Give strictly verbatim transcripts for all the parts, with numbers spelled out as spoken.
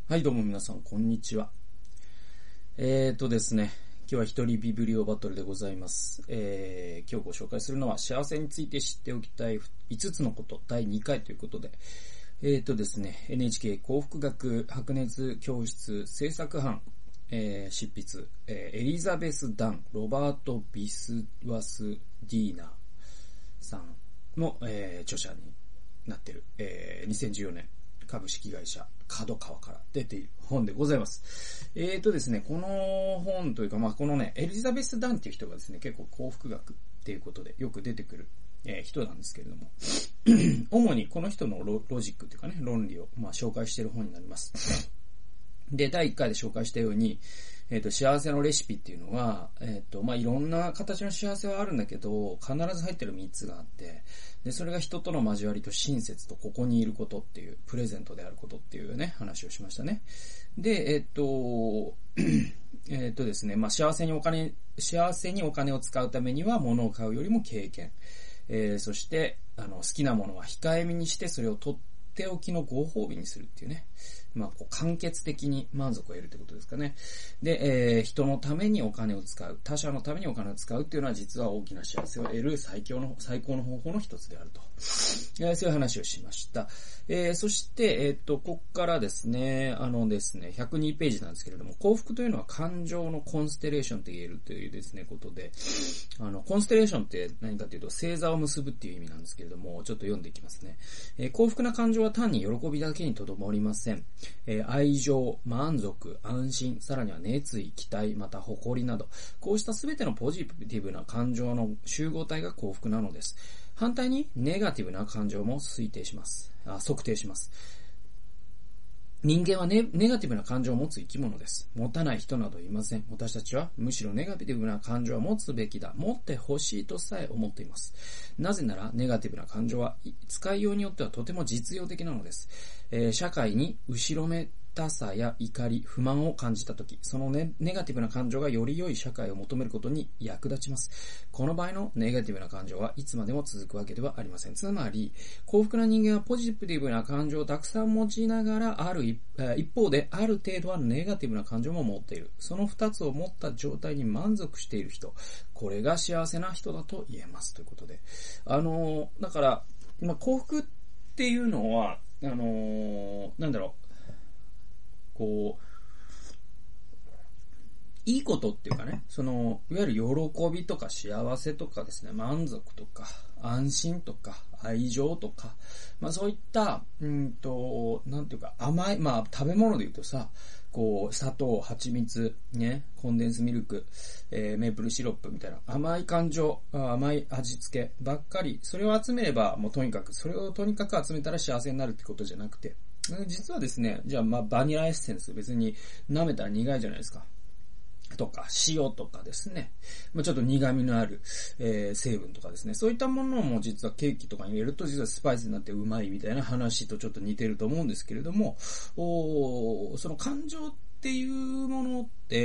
はいどうも皆さんこんにちは。えーとですね、今日は一人ビブリオバトルでございます。えー、今日ご紹介するのは幸せについて知っておきたいいつつのことだいにかいということで、えーとですね、エヌエイチケー 幸福学白熱教室制作班、えー、執筆、えー、エリザベス・ダン、ロバート・ビスワス・ディーナーさんの、えー、著者になっている、えー、にせんじゅうよねん株式会社角川から出ている本でございます。えーとですね、この本というか、まあこのね、エリザベス・ダンっていう人がですね、結構幸福学っていうことでよく出てくる、えー、人なんですけれども、主にこの人の ロ, ロジックというかね、論理をまあ紹介している本になります。で、だいいっかいで紹介したように、えっと、幸せのレシピっていうのは、えっと、まあ、いろんな形の幸せはあるんだけど、必ず入ってるみっつがあって、で、それが人との交わりと親切とここにいることっていう、プレゼントであることっていうね、話をしましたね。で、えっと、えっとですね、まあ、幸せにお金、幸せにお金を使うためには物を買うよりも経験。えー、そして、あの、好きなものは控えめにして、それを取っておきのご褒美にするっていうね。まあ、こう、完結的に満足を得るってことですかね。で、えー、人のためにお金を使う、他者のためにお金を使うっていうのは実は大きな幸せを得る最強の、最高の方法の一つであると。えー、そういう話をしました。えー、そして、えー、っと、ここからですね、あのですね、ひゃくにページなんですけれども、幸福というのは感情のコンステレーションと言えるというですね、ことで、あの、コンステレーションって何かというと、星座を結ぶっていう意味なんですけれども、ちょっと読んでいきますね。えー、幸福な感情は単に喜びだけにとどまりません。えー、愛情、満足、安心、さらには熱意、期待、また誇りなど、こうしたすべてのポジティブな感情の集合体が幸福なのです。反対に、ネガティブな感情も推定します。あ、測定します。人間はネ、ネガティブな感情を持つ生き物です。持たない人などいません。私たちはむしろネガティブな感情は持つべきだ。持ってほしいとさえ思っています。なぜなら、ネガティブな感情は使いようによってはとても実用的なのです。えー、社会に後ろめたさや怒り、不満を感じたとき、そのネ、ネガティブな感情がより良い社会を求めることに役立ちます。この場合のネガティブな感情はいつまでも続くわけではありません。つまり、幸福な人間はポジティブな感情をたくさん持ちながら、ある一、一方で、ある程度はネガティブな感情も持っている。その二つを持った状態に満足している人、これが幸せな人だと言えます。ということで。あの、だから、まあ、幸福っていうのは、あの、なんだろう、こう、いいことっていうかね、その、いわゆる喜びとか幸せとかですね、満足とか、安心とか、愛情とか、まあそういった、うんと、なんていうか甘い、まあ食べ物で言うとさ、こう、砂糖、蜂蜜、ね、コンデンスミルク、えー、メープルシロップみたいな甘い感情、甘い味付けばっかり、それを集めれば、もうとにかく、それをとにかく集めたら幸せになるってことじゃなくて、実はですね、じゃあまあバニラエッセンス別に舐めたら苦いじゃないですか。とか、塩とかですね。まあ、ちょっと苦味のある、えー、成分とかですね。そういったものも実はケーキとかに入れると実はスパイスになってうまいみたいな話とちょっと似てると思うんですけれども、おその感情っていうものって、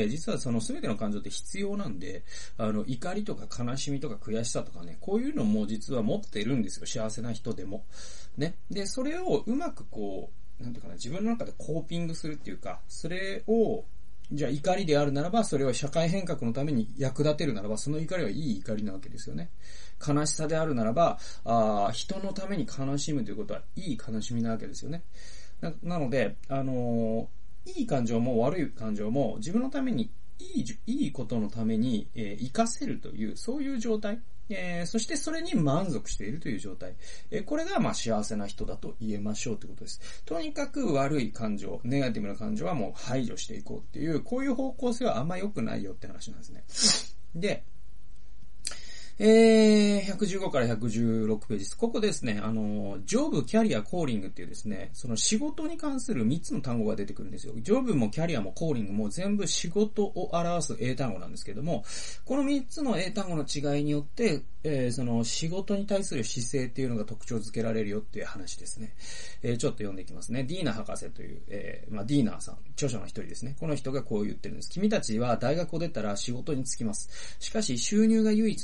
実はその全ての感情って必要なんで、あの、怒りとか悲しみとか悔しさとかね、こういうのも実は持っているんですよ。幸せな人でも。ね。で、それをうまくこう、なんていうかな、自分の中でコーピングするっていうか、それを、じゃあ怒りであるならば、それは社会変革のために役立てるならば、その怒りはいい怒りなわけですよね。悲しさであるならば、あ人のために悲しむということはいい悲しみなわけですよね。な, なので、あのー、いい感情も悪い感情も自分のために、いい、いいことのために、えー、活かせるという、そういう状態。えー、そしてそれに満足しているという状態。えー、これがまあ幸せな人だと言えましょうということです。とにかく悪い感情、ネガティブな感情はもう排除していこうっていう、こういう方向性はあんま良くないよって話なんですね。で、えー、ひゃくじゅうごからひゃくじゅうろくページです。ここですね、あの、ジョブ、キャリア、コーリングっていうですね、その仕事に関するみっつの単語が出てくるんですよ。ジョブもキャリアもコーリングも全部仕事を表す英単語なんですけども、このみっつの英単語の違いによって、えー、その仕事に対する姿勢っていうのが特徴づけられるよっていう話ですね。えー、ちょっと読んでいきますね。ディーナ博士という、えー、まあ、ディーナーさん、著者の一人ですね。この人がこう言ってるんです。君たちは大学を出たら仕事に就きます。しかし収入が唯一の目的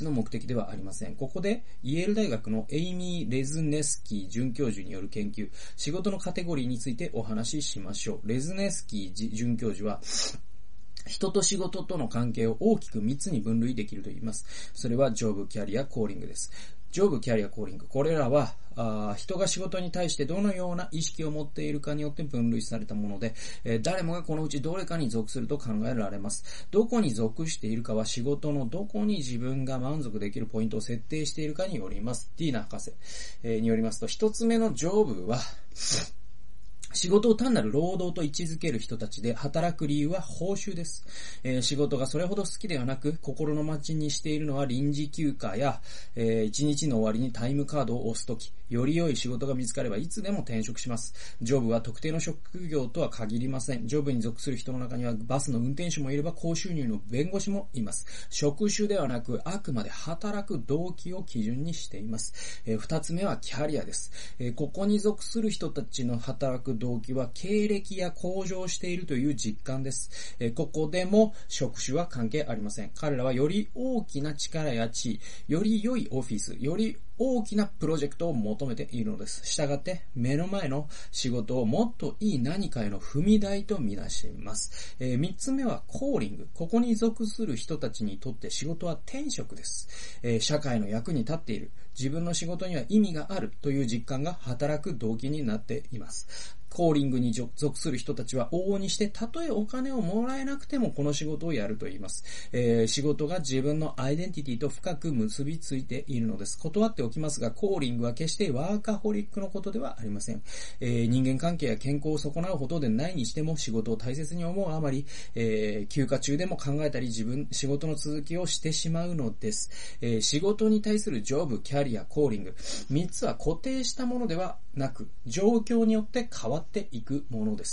的ではありません。ここで、イェール大学のエイミー・レズネスキー准教授による研究、仕事のカテゴリーについてお話ししましょう。レズネスキー准教授は、人と仕事との関係を大きくみっつに分類できると言います。それはジョブ、キャリア、コーリングです。ジョブ、キャリア、コーリング。これらは、あ人が仕事に対してどのような意識を持っているかによって分類されたもので、えー、誰もがこのうちどれかに属すると考えられます。どこに属しているかは仕事のどこに自分が満足できるポイントを設定しているかによります。ティーナ博士、えー、によりますと、一つ目のジョブは、仕事を単なる労働と位置づける人たちで、働く理由は報酬です。えー、仕事がそれほど好きではなく、心の待ちにしているのは臨時休暇や、えー、一日の終わりにタイムカードを押すとき、より良い仕事が見つかればいつでも転職します。ジョブは特定の職業とは限りません。ジョブに属する人の中にはバスの運転手もいれば高収入の弁護士もいます。職種ではなく、あくまで働く動機を基準にしています。えー、二つ目はキャリアです。えー、ここに属する人たちの働く動機は経歴や向上しているという実感です。えー、ここでも職種は関係ありません。彼らはより大きな力や地位、より良いオフィス、より大きなプロジェクトを求めているのです。したがって、目の前の仕事をもっといい何かへの踏み台とみなします。えー、三つ目はコーリング。ここに属する人たちにとって仕事は転職です。えー、社会の役に立っている。自分の仕事には意味があるという実感が働く動機になっています。コーリングに属する人たちは往々にして、たとえお金をもらえなくてもこの仕事をやると言います。えー、仕事が自分のアイデンティティと深く結びついているのです。断っておきますが、コーリングは決してワーカホリックのことではありません。えー、人間関係や健康を損なうほどでないにしても、仕事を大切に思うあまり、えー、休暇中でも考えたり、自分、仕事の続きをしてしまうのです。えー、仕事に対するジョブ、キャリア、コーリング、三つは固定したものではなく、状況によって変わっていくものです。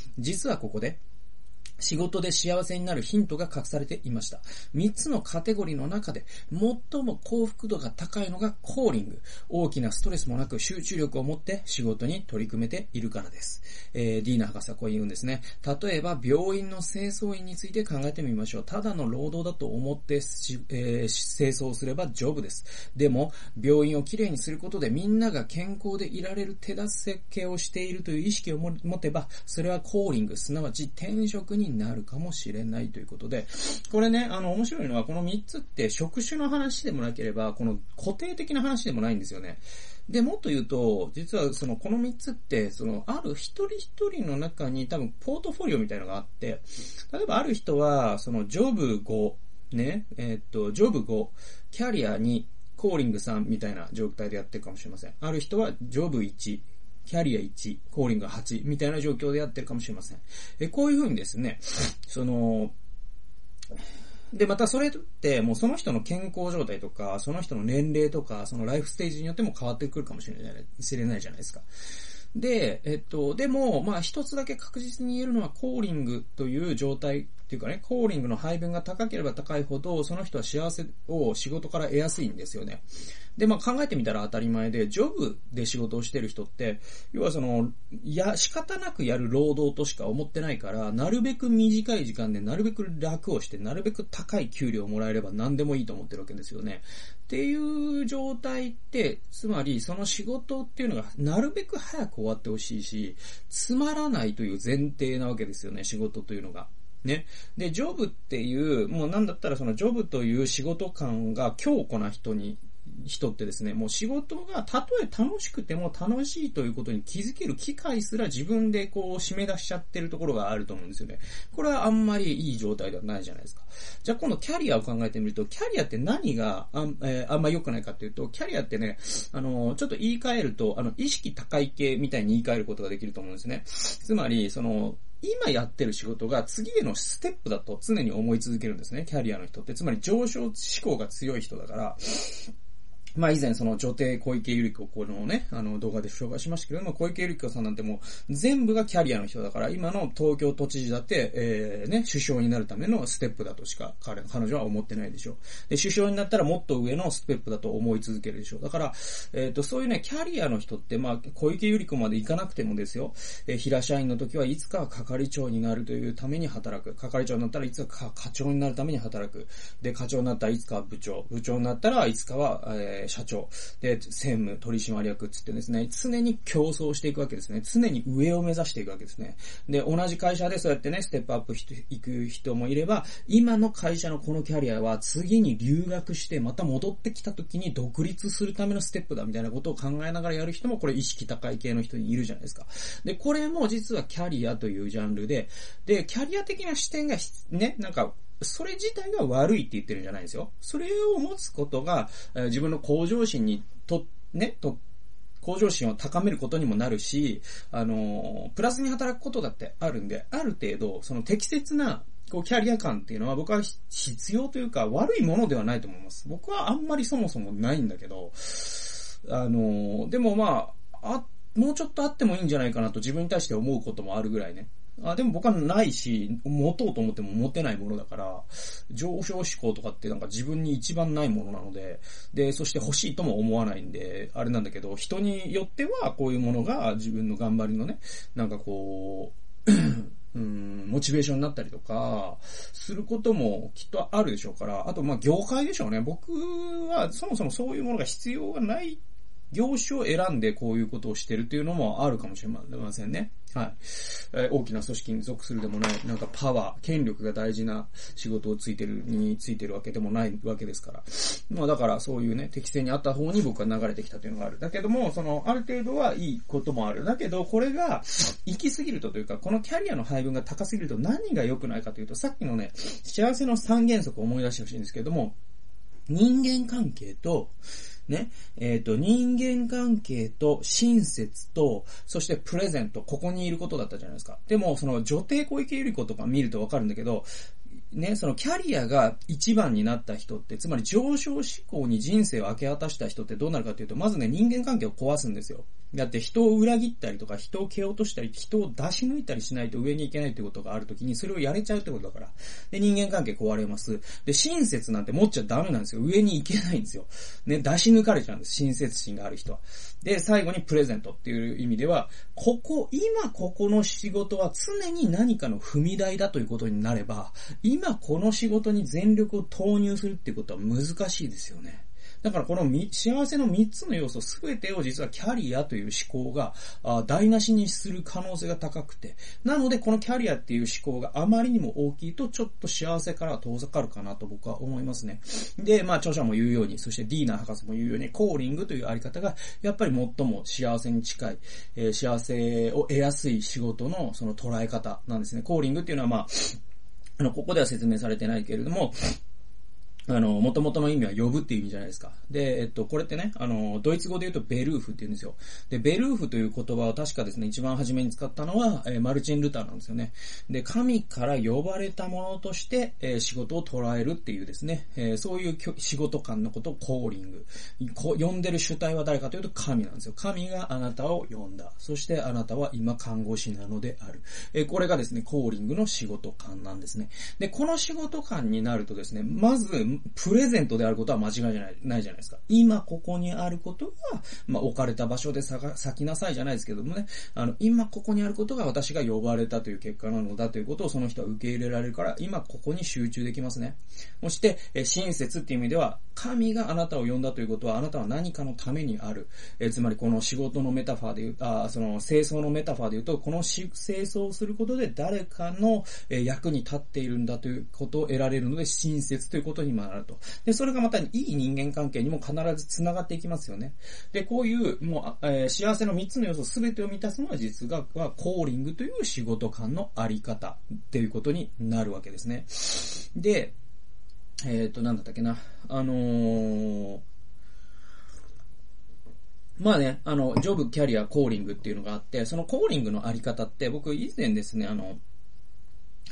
実はここで、仕事で幸せになるヒントが隠されていました。三つのカテゴリーの中で最も幸福度が高いのがコーリング。大きなストレスもなく集中力を持って仕事に取り組めているからです。えー、ディーナ博士はこう言うんですね。例えば病院の清掃員について考えてみましょう。ただの労働だと思ってし、えー、清掃すればジョブです。でも病院をきれいにすることでみんなが健康でいられる手助けをしているという意識を持てば、それはコーリング、すなわち転職にになるかもしれないということで、これね、あの面白いのはこのみっつって職種の話でもなければこの固定的な話でもないんですよね。で、もっと言うと、実はそのこのみっつってそのある一人一人の中に多分ポートフォリオみたいなのがあって、例えばある人はそのジョブごね、えー、っとジョブご、キャリアに、コーリングさんみたいな状態でやってるかもしれません。ある人はジョブいち、キャリアいち、コーリングはちみたいな状況でやってるかもしれません。え、こういう風にですね、その、で、またそれってもうその人の健康状態とか、その人の年齢とか、そのライフステージによっても変わってくるかもしれない、知れないじゃないですか。で、えっと、でも、まあ一つだけ確実に言えるのはコーリングという状態っていうかね、コーリングの配分が高ければ高いほど、その人は幸せを仕事から得やすいんですよね。で、まあ考えてみたら当たり前で、ジョブで仕事をしてる人って、要はその、いや、仕方なくやる労働としか思ってないから、なるべく短い時間でなるべく楽をして、なるべく高い給料をもらえれば何でもいいと思ってるわけですよね。っていう状態って、つまりその仕事っていうのがなるべく早く終わってほしいし、つまらないという前提なわけですよね、仕事というのが。ね。で、ジョブっていう、もうなんだったらそのジョブという仕事感が強固な人に、人ってですね、もう仕事がたとえ楽しくても楽しいということに気づける機会すら自分でこう締め出しちゃってるところがあると思うんですよね。これはあんまりいい状態ではないじゃないですか。じゃあ今度キャリアを考えてみると、キャリアって何があん、えー、あんま良くないかっていうと、キャリアってね、あの、ちょっと言い換えると、あの、意識高い系みたいに言い換えることができると思うんですね。つまり、その、今やってる仕事が次へのステップだと常に思い続けるんですね、キャリアの人って。つまり上昇志向が強い人だから、 まあ以前その女帝小池百合子このね、あの動画で紹介しましたけれども、小池百合子さんなんてもう全部がキャリアの人だから、今の東京都知事だって、えー、ね、首相になるためのステップだとしか彼、彼女は思ってないでしょう。で、首相になったらもっと上のステップだと思い続けるでしょう。だから、えっと、そういうね、キャリアの人って、まあ小池百合子まで行かなくてもですよ、えー、平社員の時はいつかは係長になるというために働く。係長になったらいつか課長になるために働く。で、課長になったらいつかは部長。部長になったらいつかは、えー社長で専務取締役つってですね、常に競争していくわけですね。常に上を目指していくわけですね。で、同じ会社でそうやってね、ステップアップしていく人もいれば、今の会社のこのキャリアは次に留学してまた戻ってきた時に独立するためのステップだみたいなことを考えながらやる人もこれ意識高い系の人にいるじゃないですか。で、これも実はキャリアというジャンルで、で、キャリア的な視点がね、なんかそれ自体が悪いって言ってるんじゃないんですよ。それを持つことが、えー、自分の向上心にと、ね、と、向上心を高めることにもなるし、あのー、プラスに働くことだってあるんで、ある程度、その適切な、こう、キャリア感っていうのは僕は必要というか悪いものではないと思います。僕はあんまりそもそもないんだけど、あのー、でもまあ、あ、もうちょっとあってもいいんじゃないかなと自分に対して思うこともあるぐらいね。あ、でも僕はないし、持とうと思っても持てないものだから、上昇志向とかってなんか自分に一番ないものなので、で、そして欲しいとも思わないんで、あれなんだけど、人によってはこういうものが自分の頑張りのね、なんかこう、うん、モチベーションになったりとか、することもきっとあるでしょうから、あとまあ業界でしょうね。僕はそもそもそういうものが必要がない業種を選んでこういうことをしてるっていうのもあるかもしれませんね。はい。えー、大きな組織に属するでもない、なんかパワー、権力が大事な仕事をついてる、についてるわけでもないわけですから。まあだからそういうね、適正にあった方に僕は流れてきたというのがある。だけども、その、ある程度はいいこともある。だけど、これが行き過ぎるとというか、このキャリアの配分が高すぎると何が良くないかというと、さっきのね、幸せの三原則を思い出してほしいんですけれども、人間関係と、ね、えっと、人間関係と親切と、そしてプレゼント、ここにいることだったじゃないですか。でも、その女帝小池百合子とか見るとわかるんだけど、ね、そのキャリアが一番になった人って、つまり上昇志向に人生を明け渡した人ってどうなるかというと、まずね、人間関係を壊すんですよ。だって人を裏切ったりとか、人を蹴落としたり、人を出し抜いたりしないと上に行けないってことがあるときに、それをやれちゃうってことだから。で、人間関係壊れます。で、親切なんて持っちゃダメなんですよ。上に行けないんですよ。ね、出し抜かれちゃうんです。親切心がある人は。で、最後にプレゼントっていう意味では、ここ、今ここの仕事は常に何かの踏み台だということになれば、今この仕事に全力を投入するっていうことは難しいですよね。だからこの幸せのみっつの要素すべてを実はキャリアという思考が台無しにする可能性が高くて、なのでこのキャリアっていう思考があまりにも大きいとちょっと幸せからは遠ざかるかなと僕は思いますね。で、まあ著者も言うように、そしてディーナー博士も言うように、コーリングというあり方がやっぱり最も幸せに近い、えー、幸せを得やすい仕事のその捉え方なんですね。コーリングっていうのはまあ、あの、ここでは説明されてないけれども、あの、元々の意味は呼ぶっていう意味じゃないですか。で、えっと、これってね、あの、ドイツ語で言うとベルーフって言うんですよ。で、ベルーフという言葉を確かですね、一番初めに使ったのは、えー、マルチン・ルターなんですよね。で、神から呼ばれたものとして、えー、仕事を捉えるっていうですね、えー、そういう仕事感のことをコーリング。こ呼んでる主体は誰かというと神なんですよ。神があなたを呼んだ。そしてあなたは今看護師なのである。えー、これがですね、コーリングの仕事感なんですね。で、この仕事感になるとですね、まず、プレゼントであることは間違いじゃない、ないじゃないですか。今ここにあることが、まあ、置かれた場所で咲きなさいじゃないですけどもね、あの、今ここにあることが私が呼ばれたという結果なのだということをその人は受け入れられるから、今ここに集中できますね。そして、え親切っていう意味では、神があなたを呼んだということは、あなたは何かのためにある。えつまりこの仕事のメタファーで言う、あその清掃のメタファーで言うと、この清掃をすることで誰かの役に立っているんだということを得られるので、親切ということにもなると。で、それがまたいい人間関係にも必ず繋がっていきますよね。で、こういう、もう、えー、幸せのみっつの要素すべてを満たすのは実は、はコーリングという仕事感のあり方っていうことになるわけですね。で、えっと、なんだったっけな。あのー、まあね、あの、ジョブ、キャリア、コーリングっていうのがあって、そのコーリングのあり方って僕以前ですね、あの、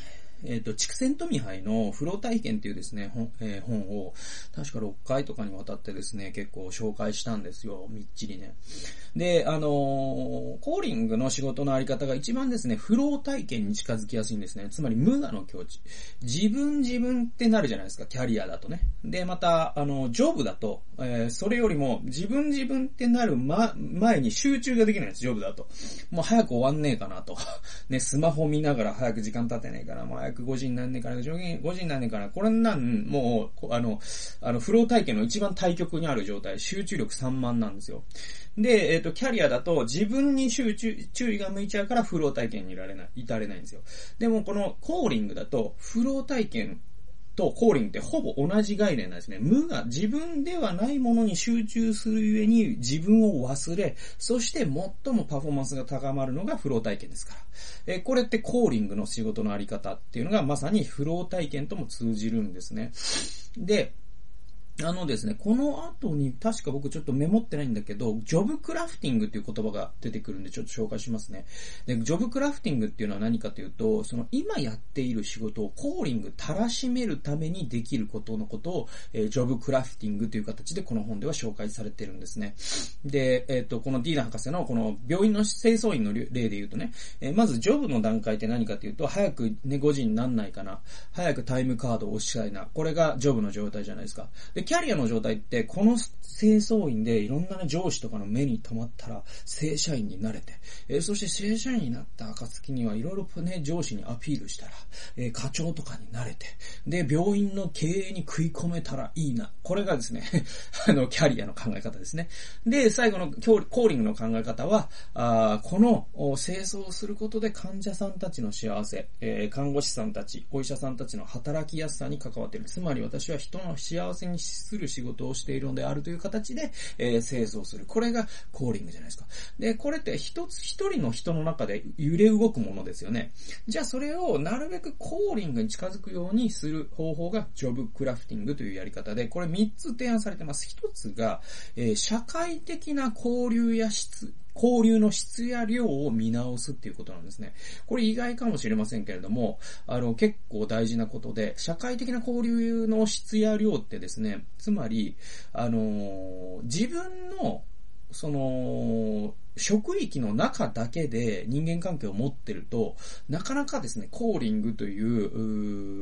えっと、筑前富杯のフロー体験っていうですね、本、えー、本を、確かろっかいとかにわたってですね、結構紹介したんですよ、みっちりね。で、あのー、コーリングの仕事のあり方が一番ですね、フロー体験に近づきやすいんですね。つまり無我の境地。自分自分ってなるじゃないですか、キャリアだとね。で、また、あの、ジョブだと、えー、それよりも自分自分ってなる、ま、前に集中ができないんです、ジョブだと。もう早く終わんねえかなと。ね、スマホ見ながら早く時間経てねえかな、もう早くごじになんねえかな、ごじになんねえかな、これなん、もう、あの、あの、フロー体験の一番対極にある状態、集中力散漫なんですよ。で、えっと、キャリアだと自分に集中、注意が向いちゃうからフロー体験にいられない、至れないんですよ。でもこのコーリングだと、フロー体験とコーリングってほぼ同じ概念なんですね。無が自分ではないものに集中するゆえに自分を忘れ、そして最もパフォーマンスが高まるのがフロー体験ですから。えー、これってコーリングの仕事のあり方っていうのがまさにフロー体験とも通じるんですね。で、あのですね、この後に確か僕ちょっとメモってないんだけど、ジョブクラフティングっていう言葉が出てくるんでちょっと紹介しますね。で、ジョブクラフティングっていうのは何かというと、その今やっている仕事をコーリング、たらしめるためにできることのことを、えー、ジョブクラフティングという形でこの本では紹介されてるんですね。で、えっと、このディーナ博士のこの病院の清掃員の例で言うとね、えー、まずジョブの段階って何かというと、早くね、ごじになんないかな、早くタイムカードを押したいな、これがジョブの状態じゃないですか。で、キャリアの状態って、この清掃員でいろんなね、上司とかの目に留まったら、正社員になれて、えー、そして正社員になった暁にはいろいろね、上司にアピールしたら、えー、課長とかになれて、で、病院の経営に食い込めたらいいな。これがですね、あの、キャリアの考え方ですね。で、最後のコーリングの考え方は、あこの清掃をすることで患者さんたちの幸せ、えー、看護師さんたち、お医者さんたちの働きやすさに関わっている。つまり私は人の幸せに資する仕事をしているのであるという形で、えー、清掃する。これがコーリングじゃないですか。で、これって一つ一人の人の中で揺れ動くものですよね。じゃあそれをなるべくコーリングに近づくようにする方法がジョブクラフティングというやり方で、これみっつ提案されてます。一つが、えー、社会的な交流や質、交流の質や量を見直すっていうことなんですね。これ意外かもしれませんけれども、あの、結構大事なことで、社会的な交流の質や量ってですね、つまり、あの、自分の、その、職域の中だけで人間関係を持ってると、なかなかですね、コーリングという、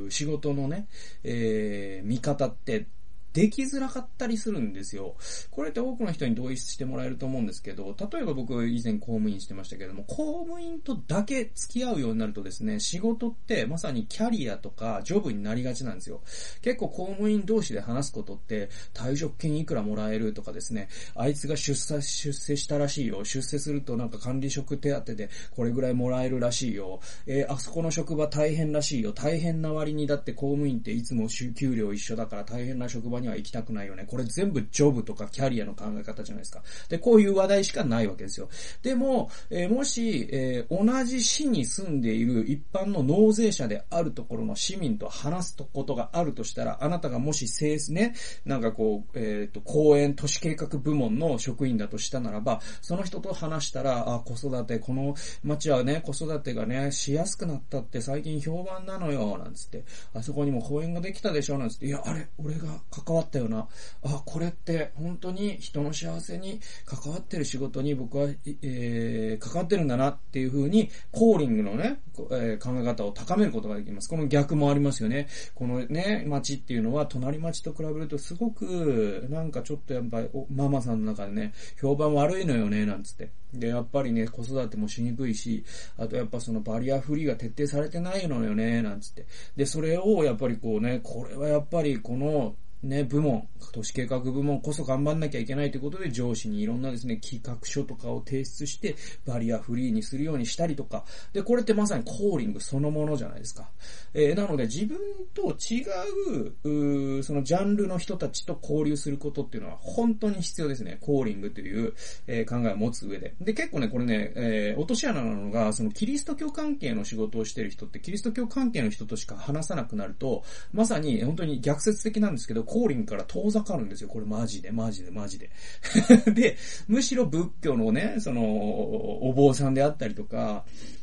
う仕事のね、えー、見方って、できづらかったりするんですよ。これって多くの人に同意してもらえると思うんですけど、例えば僕以前公務員してましたけども、公務員とだけ付き合うようになるとですね、仕事ってまさにキャリアとかジョブになりがちなんですよ。結構公務員同士で話すことって、退職金いくらもらえるとかですね、あいつが出世、出世したらしいよ。出世するとなんか管理職手当でこれぐらいもらえるらしいよ。えー、あそこの職場大変らしいよ。大変な割にだって公務員っていつも給料一緒だから大変な職場には行きたくないよね。これ全部ジョブとかキャリアの考え方じゃないですか。で、こういう話題しかないわけですよ。でも、えー、もし、えー、同じ市に住んでいる一般の納税者であるところの市民と話すことがあるとしたら、あなたがもし政府ね、なんかこう、えっと、公園都市計画部門の職員だとしたならば、その人と話したら、あ、子育て、この町はね、子育てがね、しやすくなったって最近評判なのよ、なんつって、あそこにも公園ができたでしょ、なんつって、いや、あれ、俺が関わったよな。あ、これって本当に人の幸せに関わってる仕事に僕は、えー、関わってるんだなっていう風にコーリングのね、えー、考え方を高めることができます。この逆もありますよね。このね、町っていうのは隣町と比べるとすごくなんかちょっとやっぱりママさんの中でね、評判悪いのよね、なんつって。で、やっぱりね、子育てもしにくいし、あとやっぱそのバリアフリーが徹底されてないのよね、なんつって。で、それをやっぱりこうね、これはやっぱりこのね、部門、都市計画部門こそ頑張んなきゃいけないということで上司にいろんなですね、企画書とかを提出してバリアフリーにするようにしたりとか。で、これってまさにコーリングそのものじゃないですか。えー、なので自分と違う、うそのジャンルの人たちと交流することっていうのは本当に必要ですね。コーリングという、えー、考えを持つ上で。で、結構ね、これね、えー、落とし穴なのが、そのキリスト教関係の仕事をしている人って、キリスト教関係の人としか話さなくなると、まさに本当に逆説的なんですけど、コーリングから遠ざかるんですよ。これマジで、マジで、マジで。で、むしろ仏教のね、その、お坊さんであったりとか、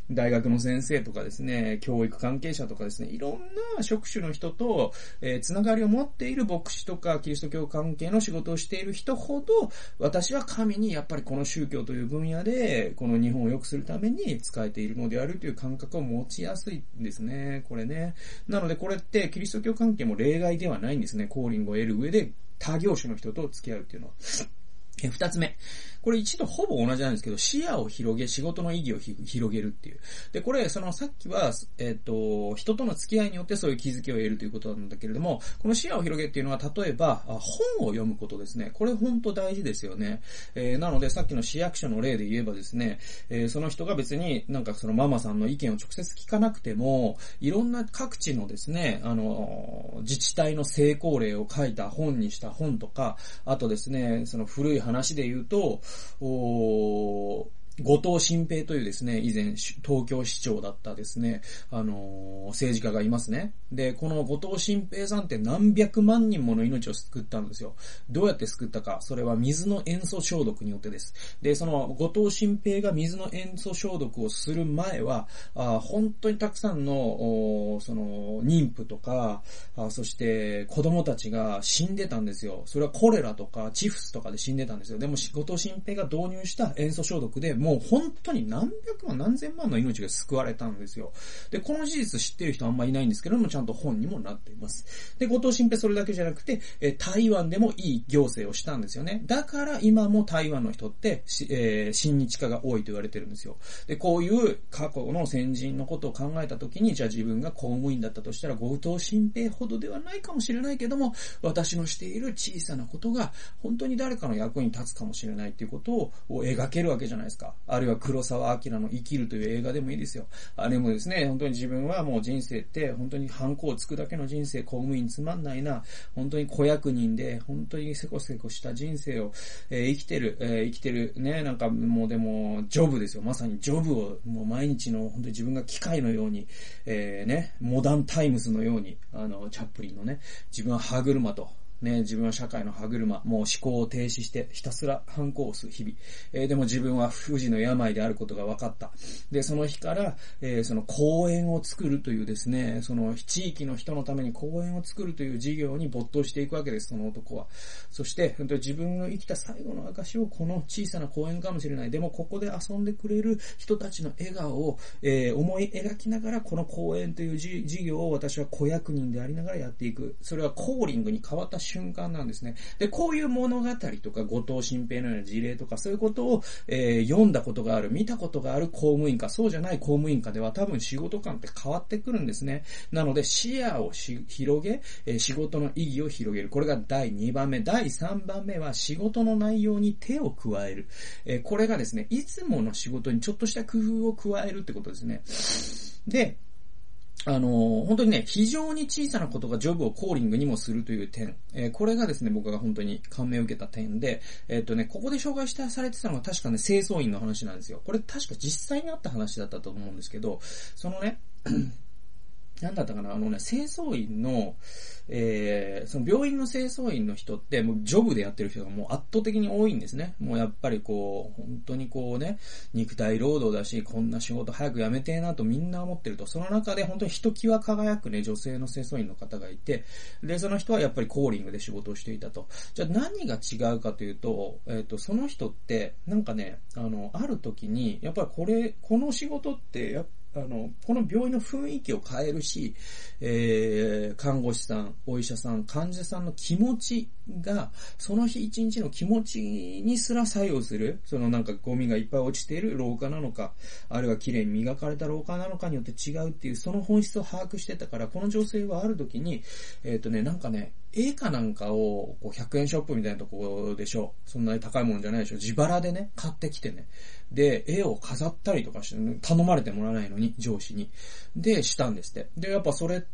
大学の先生とかですね、教育関係者とかですね、いろんな職種の人と、えー、つながりを持っている牧師とかキリスト教関係の仕事をしている人ほど、私は神にやっぱりこの宗教という分野で、この日本を良くするために使えているのであるという感覚を持ちやすいんですね、これね。なのでこれってキリスト教関係も例外ではないんですね、コーリングを得る上で他業種の人と付き合うっていうのは。え、二つ目。これ一度ほぼ同じなんですけど、視野を広げ、仕事の意義を広げるっていう。で、これ、そのさっきは、えっと、人との付き合いによってそういう気づきを得るということなんだけれども、この視野を広げっていうのは、例えば、本を読むことですね。これ本当大事ですよね。えー、なので、さっきの市役所の例で言えばですね、えー、その人が別になんかそのママさんの意見を直接聞かなくても、いろんな各地のですね、あの、自治体の成功例を書いた本にした本とか、あとですね、その古い話で言うと、お後藤新平というですね、以前東京市長だったですね、あのー、政治家がいますね。で、この後藤新平さんって何百万人もの命を救ったんですよ。どうやって救ったか、それは水の塩素消毒によってです。で、その後藤新平が水の塩素消毒をする前は、あ本当にたくさんの、その、妊婦とか、あそして子供たちが死んでたんですよ。それはコレラとかチフスとかで死んでたんですよ。でも後藤新平が導入した塩素消毒で、もう本当に何百万何千万の命が救われたんですよ。で、この事実知ってる人あんまいないんですけども、ちゃんと本にもなっています。で、後藤新平それだけじゃなくて、え台湾でもいい行政をしたんですよね。だから今も台湾の人って、えー、親日家が多いと言われてるんですよ。で、こういう過去の先人のことを考えたときに、じゃあ自分が公務員だったとしたら、後藤新平ほどではないかもしれないけども、私のしている小さなことが本当に誰かの役に立つかもしれないということを描けるわけじゃないですか。あるいは黒澤明の生きるという映画でもいいですよ。あれもですね、本当に自分はもう人生って本当にハンコをつくだけの人生、公務員つまんないな、本当に小役人で本当にせこせこした人生を、えー、生きてる、えー、生きてるね、なんかもうでもジョブですよ。まさにジョブをもう毎日の本当に自分が機械のように、えー、ね、モダンタイムズのように、あのチャップリンのね、自分は歯車とね、自分は社会の歯車、もう思考を停止してひたすら反抗をする日々。えー、でも自分は不治の病であることが分かった。で、その日から、えー、その公園を作るというですね、その地域の人のために公園を作るという事業に没頭していくわけです、その男は。そして、本当に自分の生きた最後の証をこの小さな公園かもしれない。でもここで遊んでくれる人たちの笑顔を、えー、思い描きながら、この公園という事業を私は小役人でありながらやっていく。それはコーリングに変わった瞬間なんですね。で、こういう物語とか後藤新平のような事例とかそういうことを、えー、読んだことがある、見たことがある公務員か、そうじゃない公務員かでは多分仕事感って変わってくるんですね。なので視野をし広げ、えー、仕事の意義を広げる。これがだいにばんめ。だいさんばんめは仕事の内容に手を加える。えー、これがですね、いつもの仕事にちょっとした工夫を加えるってことですね。で、あのー、本当にね、非常に小さなことがジョブをコーリングにもするという点。えー、これがですね、僕が本当に感銘を受けた点で、えーっとね、ここで紹介したされてたのが確かね、清掃員の話なんですよ。これ確か実際にあった話だったと思うんですけど、そのね、なんだったかな、あのね、清掃員の、えー、その病院の清掃員の人って、もうジョブでやってる人がもう圧倒的に多いんですね。もうやっぱりこう、本当にこうね、肉体労働だし、こんな仕事早くやめてえなとみんな思ってると、その中で本当にひときわ輝くね、女性の清掃員の方がいて、で、その人はやっぱりコーリングで仕事をしていたと。じゃあ何が違うかというと、えっと、その人って、なんかね、あの、ある時に、やっぱりこれ、この仕事って、やっぱあの、この病院の雰囲気を変えるし、えー、看護師さん、お医者さん、患者さんの気持ちが、その日一日の気持ちにすら作用する、そのなんかゴミがいっぱい落ちている廊下なのか、あるいは綺麗に磨かれた廊下なのかによって違うっていう、その本質を把握してたから、この女性はある時に、えっとね、なんかね、絵かなんかをこうひゃくえんショップみたいなところでしょ。そんなに高いものじゃないでしょ。自腹でね、買ってきてね。で、絵を飾ったりとかして、ね、頼まれてもらわないのに、上司に。で、したんですって。で、やっぱそれって、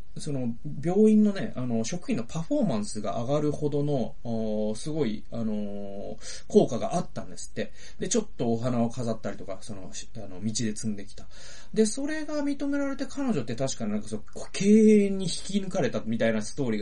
その、病院のね、あの、職員のパフォーマンスが上がるほどの、すごい、あのー、効果があったんですって。で、ちょっとお花を飾ったりとか、その、あの、道で積んできた。で、それが認められて彼女って確かになんかそう、経営に引き抜かれたみたいなストーリーが紹介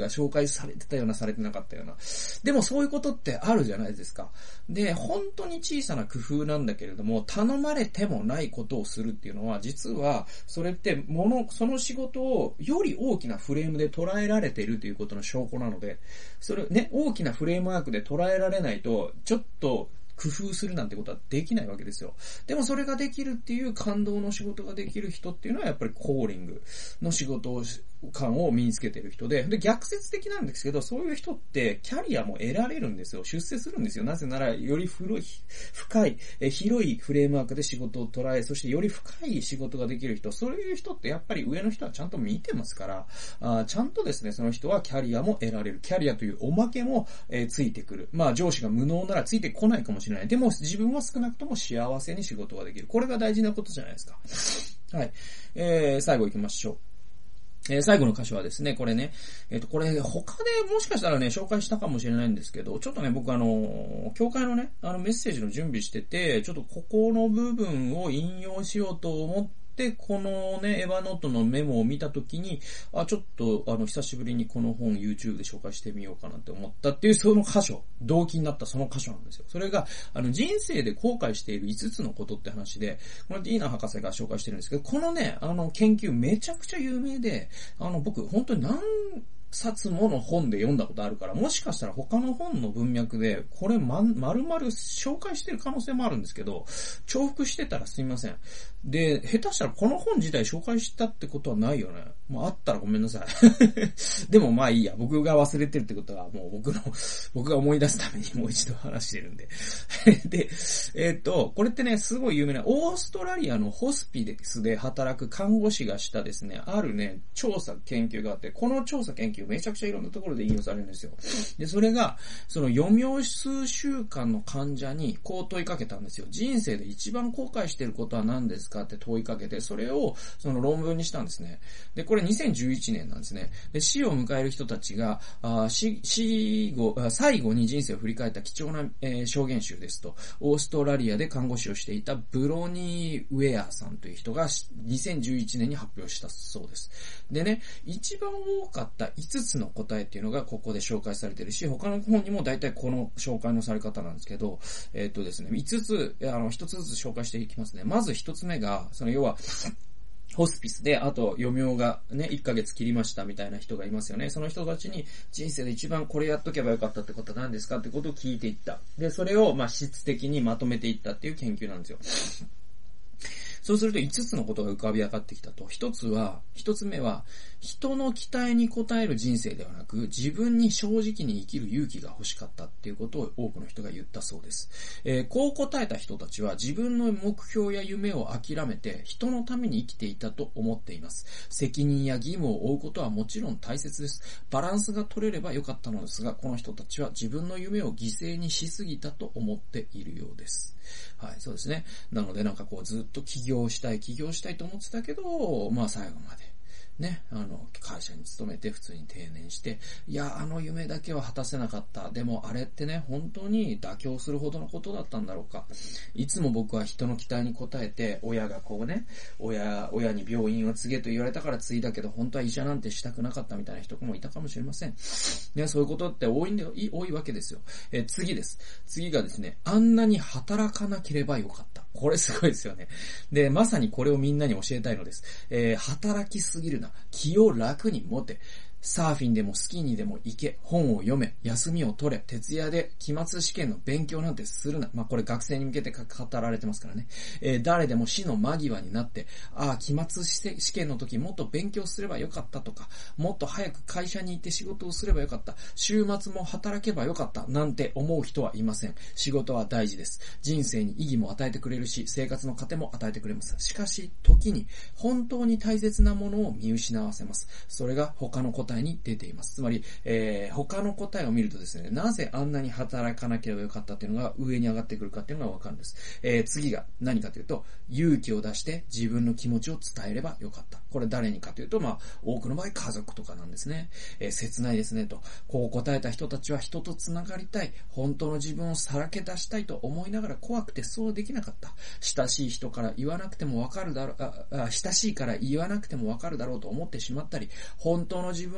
されてたような、されてなかったような。でもそういうことってあるじゃないですか。で、本当に小さな工夫なんだけれども、頼まれてもないことをするっていうのは、実は、それって、もの、その仕事をより大きなフレームで捉えられているということの証拠なので、それね、大きなフレームワークで捉えられないと、ちょっと、工夫するなんてことはできないわけですよ。でもそれができるっていう感動の仕事ができる人っていうのはやっぱりコーリングの仕事を感を身につけてる人で、で、逆説的なんですけど、そういう人ってキャリアも得られるんですよ。出世するんですよ。なぜなら、より古い、深い、え広いフレームワークで仕事を捉え、そしてより深い仕事ができる人、そういう人ってやっぱり上の人はちゃんと見てますから、あちゃんとですね、その人はキャリアも得られる。キャリアというおまけも、えー、ついてくる。まあ上司が無能ならついてこないかもしれない。でも自分は少なくとも幸せに仕事ができる。これが大事なことじゃないですか。はい。えー、最後行きましょう。えー、最後の箇所はですね、これね、えっと、これ、他でもしかしたらね、紹介したかもしれないんですけど、ちょっとね、僕あの、教会のね、あの、メッセージの準備してて、ちょっとここの部分を引用しようと思って、で、このね、エヴァノートのメモを見たときに、あ、ちょっと、あの、久しぶりにこの本 YouTube で紹介してみようかなって思ったっていう、その箇所、動機になったその箇所なんですよ。それが、あの、人生で後悔しているいつつのことって話で、これディーナ博士が紹介してるんですけど、このね、あの、研究めちゃくちゃ有名で、あの、僕、本当に何、冊もの本で読んだことあるから、もしかしたら他の本の文脈で、これま、丸々紹介してる可能性もあるんですけど、重複してたらすみません。で、下手したらこの本自体紹介したってことはないよね。まあ、あったらごめんなさい。でもまあいいや。僕が忘れてるってことはもう僕の、僕が思い出すためにもう一度話してるんで。で、えっと、これってね、すごい有名な、オーストラリアのホスピスで働く看護師がしたですね、あるね、調査研究があって、この調査研究めちゃくちゃいろんなところで引用されるんですよ。で、それが、その余命数週間の患者にこう問いかけたんですよ。人生で一番後悔していることは何ですかって問いかけて、それをその論文にしたんですね。で、これにせんじゅういちねんなんですね。で、死を迎える人たちが、あ死、死後、最後に人生を振り返った貴重な、えー、証言集ですと、オーストラリアで看護師をしていたブロニー・ウェアさんという人がにせんじゅういちねんに発表したそうです。でね、一番多かったいつつの答えっていうのがここで紹介されてるし、他の本にも大体この紹介のされ方なんですけど、えっとですね、いつつ、あの、ひとつずつ紹介していきますね。まずひとつめが、その要は、ホスピスで、あと余命がね、いっかげつ切りましたみたいな人がいますよね。その人たちに人生で一番これやっとけばよかったってことは何ですかってことを聞いていった。で、それをまあ質的にまとめていったっていう研究なんですよ。そうするといつつのことが浮かび上がってきたと。一つは、一つ目は、人の期待に応える人生ではなく、自分に正直に生きる勇気が欲しかったっていうことを多くの人が言ったそうです。えー、こう答えた人たちは自分の目標や夢を諦めて人のために生きていたと思っています。責任や義務を負うことはもちろん大切です。バランスが取れればよかったのですが、この人たちは自分の夢を犠牲にしすぎたと思っているようです。はい、そうですね。なのでなんかこうずっと起業したい、起業したいと思ってたけど、まあ最後まで。ね、あの、会社に勤めて普通に定年して、いや、あの夢だけは果たせなかった。でもあれってね、本当に妥協するほどのことだったんだろうか。いつも僕は人の期待に応えて、親がこうね、親、親に病院を継げと言われたから継いだけど、本当は医者なんてしたくなかったみたいな人もいたかもしれません。ね、そういうことって多いんだよ、多いわけですよ。えー、次です。次がですね、あんなに働かなければよかった。これすごいですよね。で、まさにこれをみんなに教えたいのです。えー、働きすぎるな。気を楽に持て。サーフィンでもスキーにでも行け。本を読め。休みを取れ。徹夜で期末試験の勉強なんてするな。まあ、これ学生に向けて語られてますからね。えー、誰でも死の間際になって、ああ、期末試験の時もっと勉強すればよかったとか、もっと早く会社に行って仕事をすればよかった。週末も働けばよかった。なんて思う人はいません。仕事は大事です。人生に意義も与えてくれるし、生活の糧も与えてくれます。しかし、時に本当に大切なものを見失わせます。それが他の答えに出ています。つまり、えー、他の答えを見るとですね、なぜあんなに働かなければよかったっていうのが上に上がってくるかっていうのがわかるんです。えー、次が何かというと、勇気を出して自分の気持ちを伝えればよかった。これ誰にかというと、まあ、多くの場合家族とかなんですね。えー、切ないですねと。こう答えた人たちは人とつながりたい。本当の自分をさらけ出したいと思いながら怖くてそうできなかった。親しい人から言わなくてもわかるだろう、ああ、親しいから言わなくてもわかるだろうと思ってしまったり、本当の自分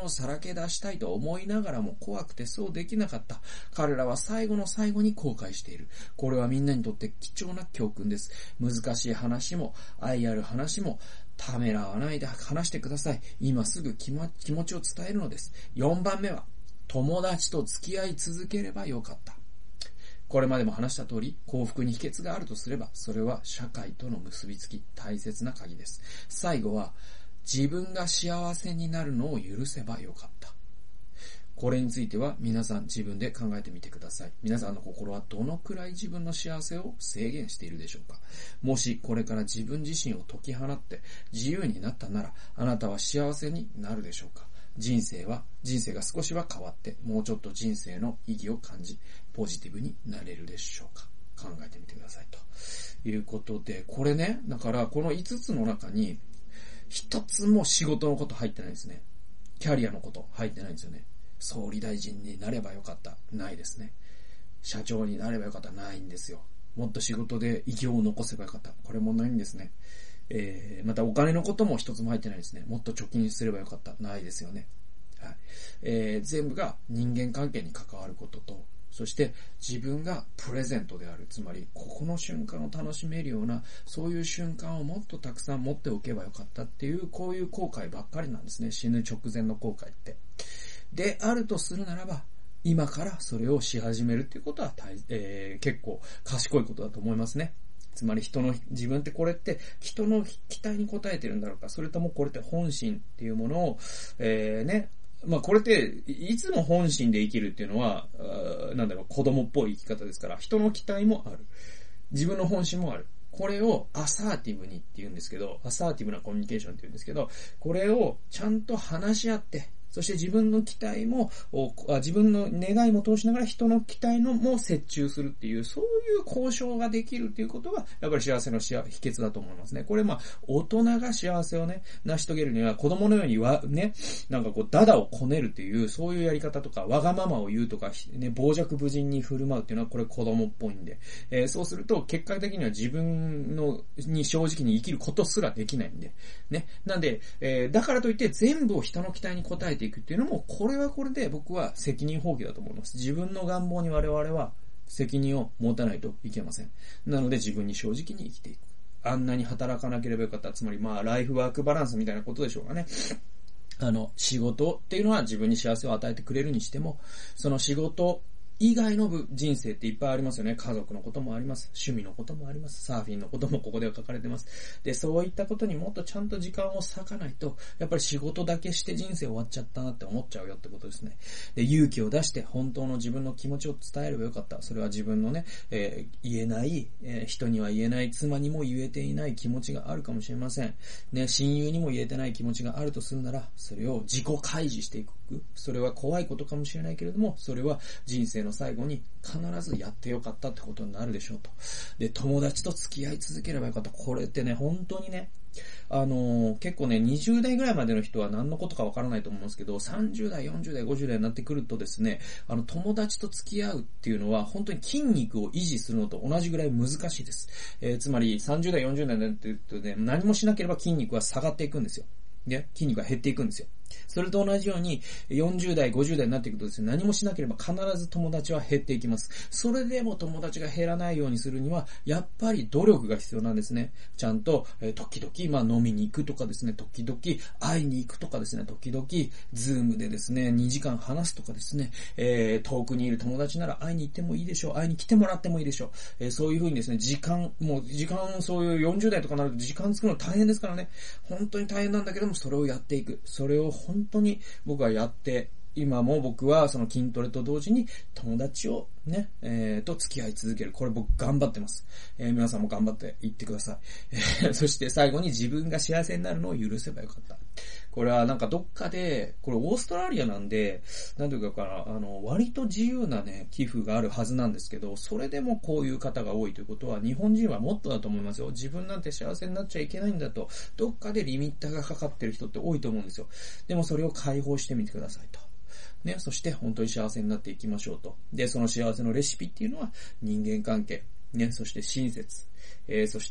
をさらけ出したいと思いながらも怖くてそうできなかった。彼らは最後の最後に後悔している。これはみんなにとって貴重な教訓です。難しい話も愛ある話もためらわないで話してください。今すぐ気持ちを伝えるのです。よんばんめは、友達と付き合い続ければよかった。これまでも話した通り、幸福に秘訣があるとすれば、それは社会との結びつき、大切な鍵です。最後は、自分が幸せになるのを許せばよかった。これについては皆さん自分で考えてみてください。皆さんの心はどのくらい自分の幸せを制限しているでしょうか。もしこれから自分自身を解き放って自由になったなら、あなたは幸せになるでしょうか。人生は、人生が少しは変わって、もうちょっと人生の意義を感じ、ポジティブになれるでしょうか。考えてみてくださいということで、これね、だからこのいつつの中に一つも仕事のこと入ってないですね。キャリアのこと入ってないんですよね。総理大臣になればよかった。ないですね。社長になればよかった。ないんですよ。もっと仕事で偉業を残せばよかった。これもないんですね。えー、またお金のことも一つも入ってないですね。もっと貯金すればよかった。ないですよね。はい。えー、全部が人間関係に関わることと、そして自分がプレゼントである。つまり、ここの瞬間を楽しめるような、そういう瞬間をもっとたくさん持っておけばよかったっていう、こういう後悔ばっかりなんですね。死ぬ直前の後悔って。であるとするならば、今からそれをし始めるっていうことは、えー、結構賢いことだと思いますね。つまり人の、自分ってこれって人の期待に応えてるんだろうか、それともこれって本心っていうものを、えー、ね、まあこれっていつも本心で生きるっていうのは、なんだろう、子供っぽい生き方ですから、人の期待もある。自分の本心もある。これをアサーティブにって言うんですけど、アサーティブなコミュニケーションって言うんですけど、これをちゃんと話し合って、そして自分の期待も、自分の願いも通しながら人の期待のも折衷するっていう、そういう交渉ができるっていうことが、やっぱり幸せの秘訣だと思いますね。これまあ、大人が幸せをね、成し遂げるには、子供のようには、ね、なんかこう、ダダをこねるっていう、そういうやり方とか、わがままを言うとか、ね、傍若無人に振る舞うっていうのは、これ子供っぽいんで、えー、そうすると、結果的には自分の、に正直に生きることすらできないんで、ね。なんで、えー、だからといって全部を人の期待に応えていくっていうのも、これはこれで僕は責任放棄だと思います。自分の願望に我々は責任を持たないといけません。なので自分に正直に生きていく。あんなに働かなければよかった。つまりまあ、ライフワークバランスみたいなことでしょうかね。あの、仕事っていうのは自分に幸せを与えてくれるにしても、その仕事以外の人生っていっぱいありますよね。家族のこともあります。趣味のこともあります。サーフィンのこともここでは書かれてます。で、そういったことにもっとちゃんと時間を割かないと、やっぱり仕事だけして人生終わっちゃったなって思っちゃうよってことですね。で、勇気を出して本当の自分の気持ちを伝えればよかった。それは自分のね、えー、言えない、えー、人には言えない、妻にも言えていない気持ちがあるかもしれません。ね、親友にも言えてない気持ちがあるとするなら、それを自己開示していく。それは怖いことかもしれないけれども、それは人生の最後に必ずやってよかったってことになるでしょうと。で、友達と付き合い続ければよかった。これってね、本当にね、あのー、結構ね、にじゅう代ぐらいまでの人は何のことかわからないと思うんですけど、さんじゅう代、よんじゅう代、ごじゅう代になってくるとですね、あの、友達と付き合うっていうのは、本当に筋肉を維持するのと同じぐらい難しいです。えー、つまり、さんじゅう代、よんじゅう代になってくるとね、何もしなければ筋肉は下がっていくんですよ。ね、筋肉が減っていくんですよ。それと同じように、よんじゅう代、ごじゅう代になっていくとですね、何もしなければ必ず友達は減っていきます。それでも友達が減らないようにするには、やっぱり努力が必要なんですね。ちゃんと、えー、時々、まあ飲みに行くとかですね、時々会いに行くとかですね、時々、ズームでですね、にじかん話すとかですね、えー、遠くにいる友達なら会いに行ってもいいでしょう。会いに来てもらってもいいでしょう。えー、そういう風にですね、時間、もう時間、そういうよんじゅう代とかになると時間作るの大変ですからね。本当に大変なんだけども、それをやっていく。それを本当に僕はやって、今も僕はその筋トレと同時に友達をね、えー、と付き合い続ける。これ僕頑張ってます。えー、皆さんも頑張っていってください。えー、そして最後に自分が幸せになるのを許せばよかった。これはなんかどっかで、これオーストラリアなんで、なんていうかかな、あの、割と自由なね、寄付があるはずなんですけど、それでもこういう方が多いということは、日本人はもっとだと思いますよ。自分なんて幸せになっちゃいけないんだと、どっかでリミッターがかかってる人って多いと思うんですよ。でもそれを解放してみてくださいと。ね、そして本当に幸せになっていきましょうと。で、その幸せのレシピっていうのは人間関係、ね、そして親切、えー、そして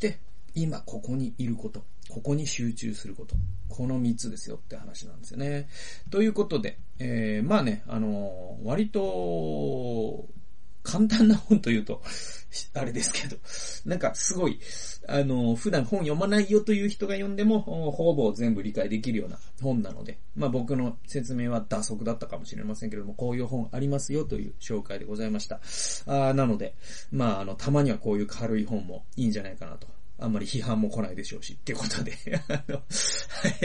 今ここにいること、ここに集中すること、このみっつですよって話なんですよね。ということで、えー、まあね、あのー、割と、簡単な本というと、あれですけど、なんかすごい、あの、普段本読まないよという人が読んでも、ほぼ全部理解できるような本なので、まあ僕の説明は打足だったかもしれませんけれども、こういう本ありますよという紹介でございました。あなので、まああの、たまにはこういう軽い本もいいんじゃないかなと。あんまり批判も来ないでしょうし、っていうことで、あの、はい、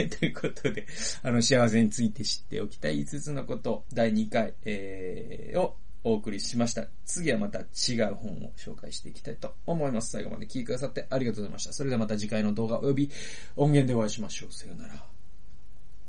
ということで、あの、幸せについて知っておきたいいつつのこと、だいにかい、えー、を、お送りしました。次はまた違う本を紹介していきたいと思います。最後まで聞いてくださってありがとうございました。それではまた次回の動画及び音源でお会いしましょう。さようなら。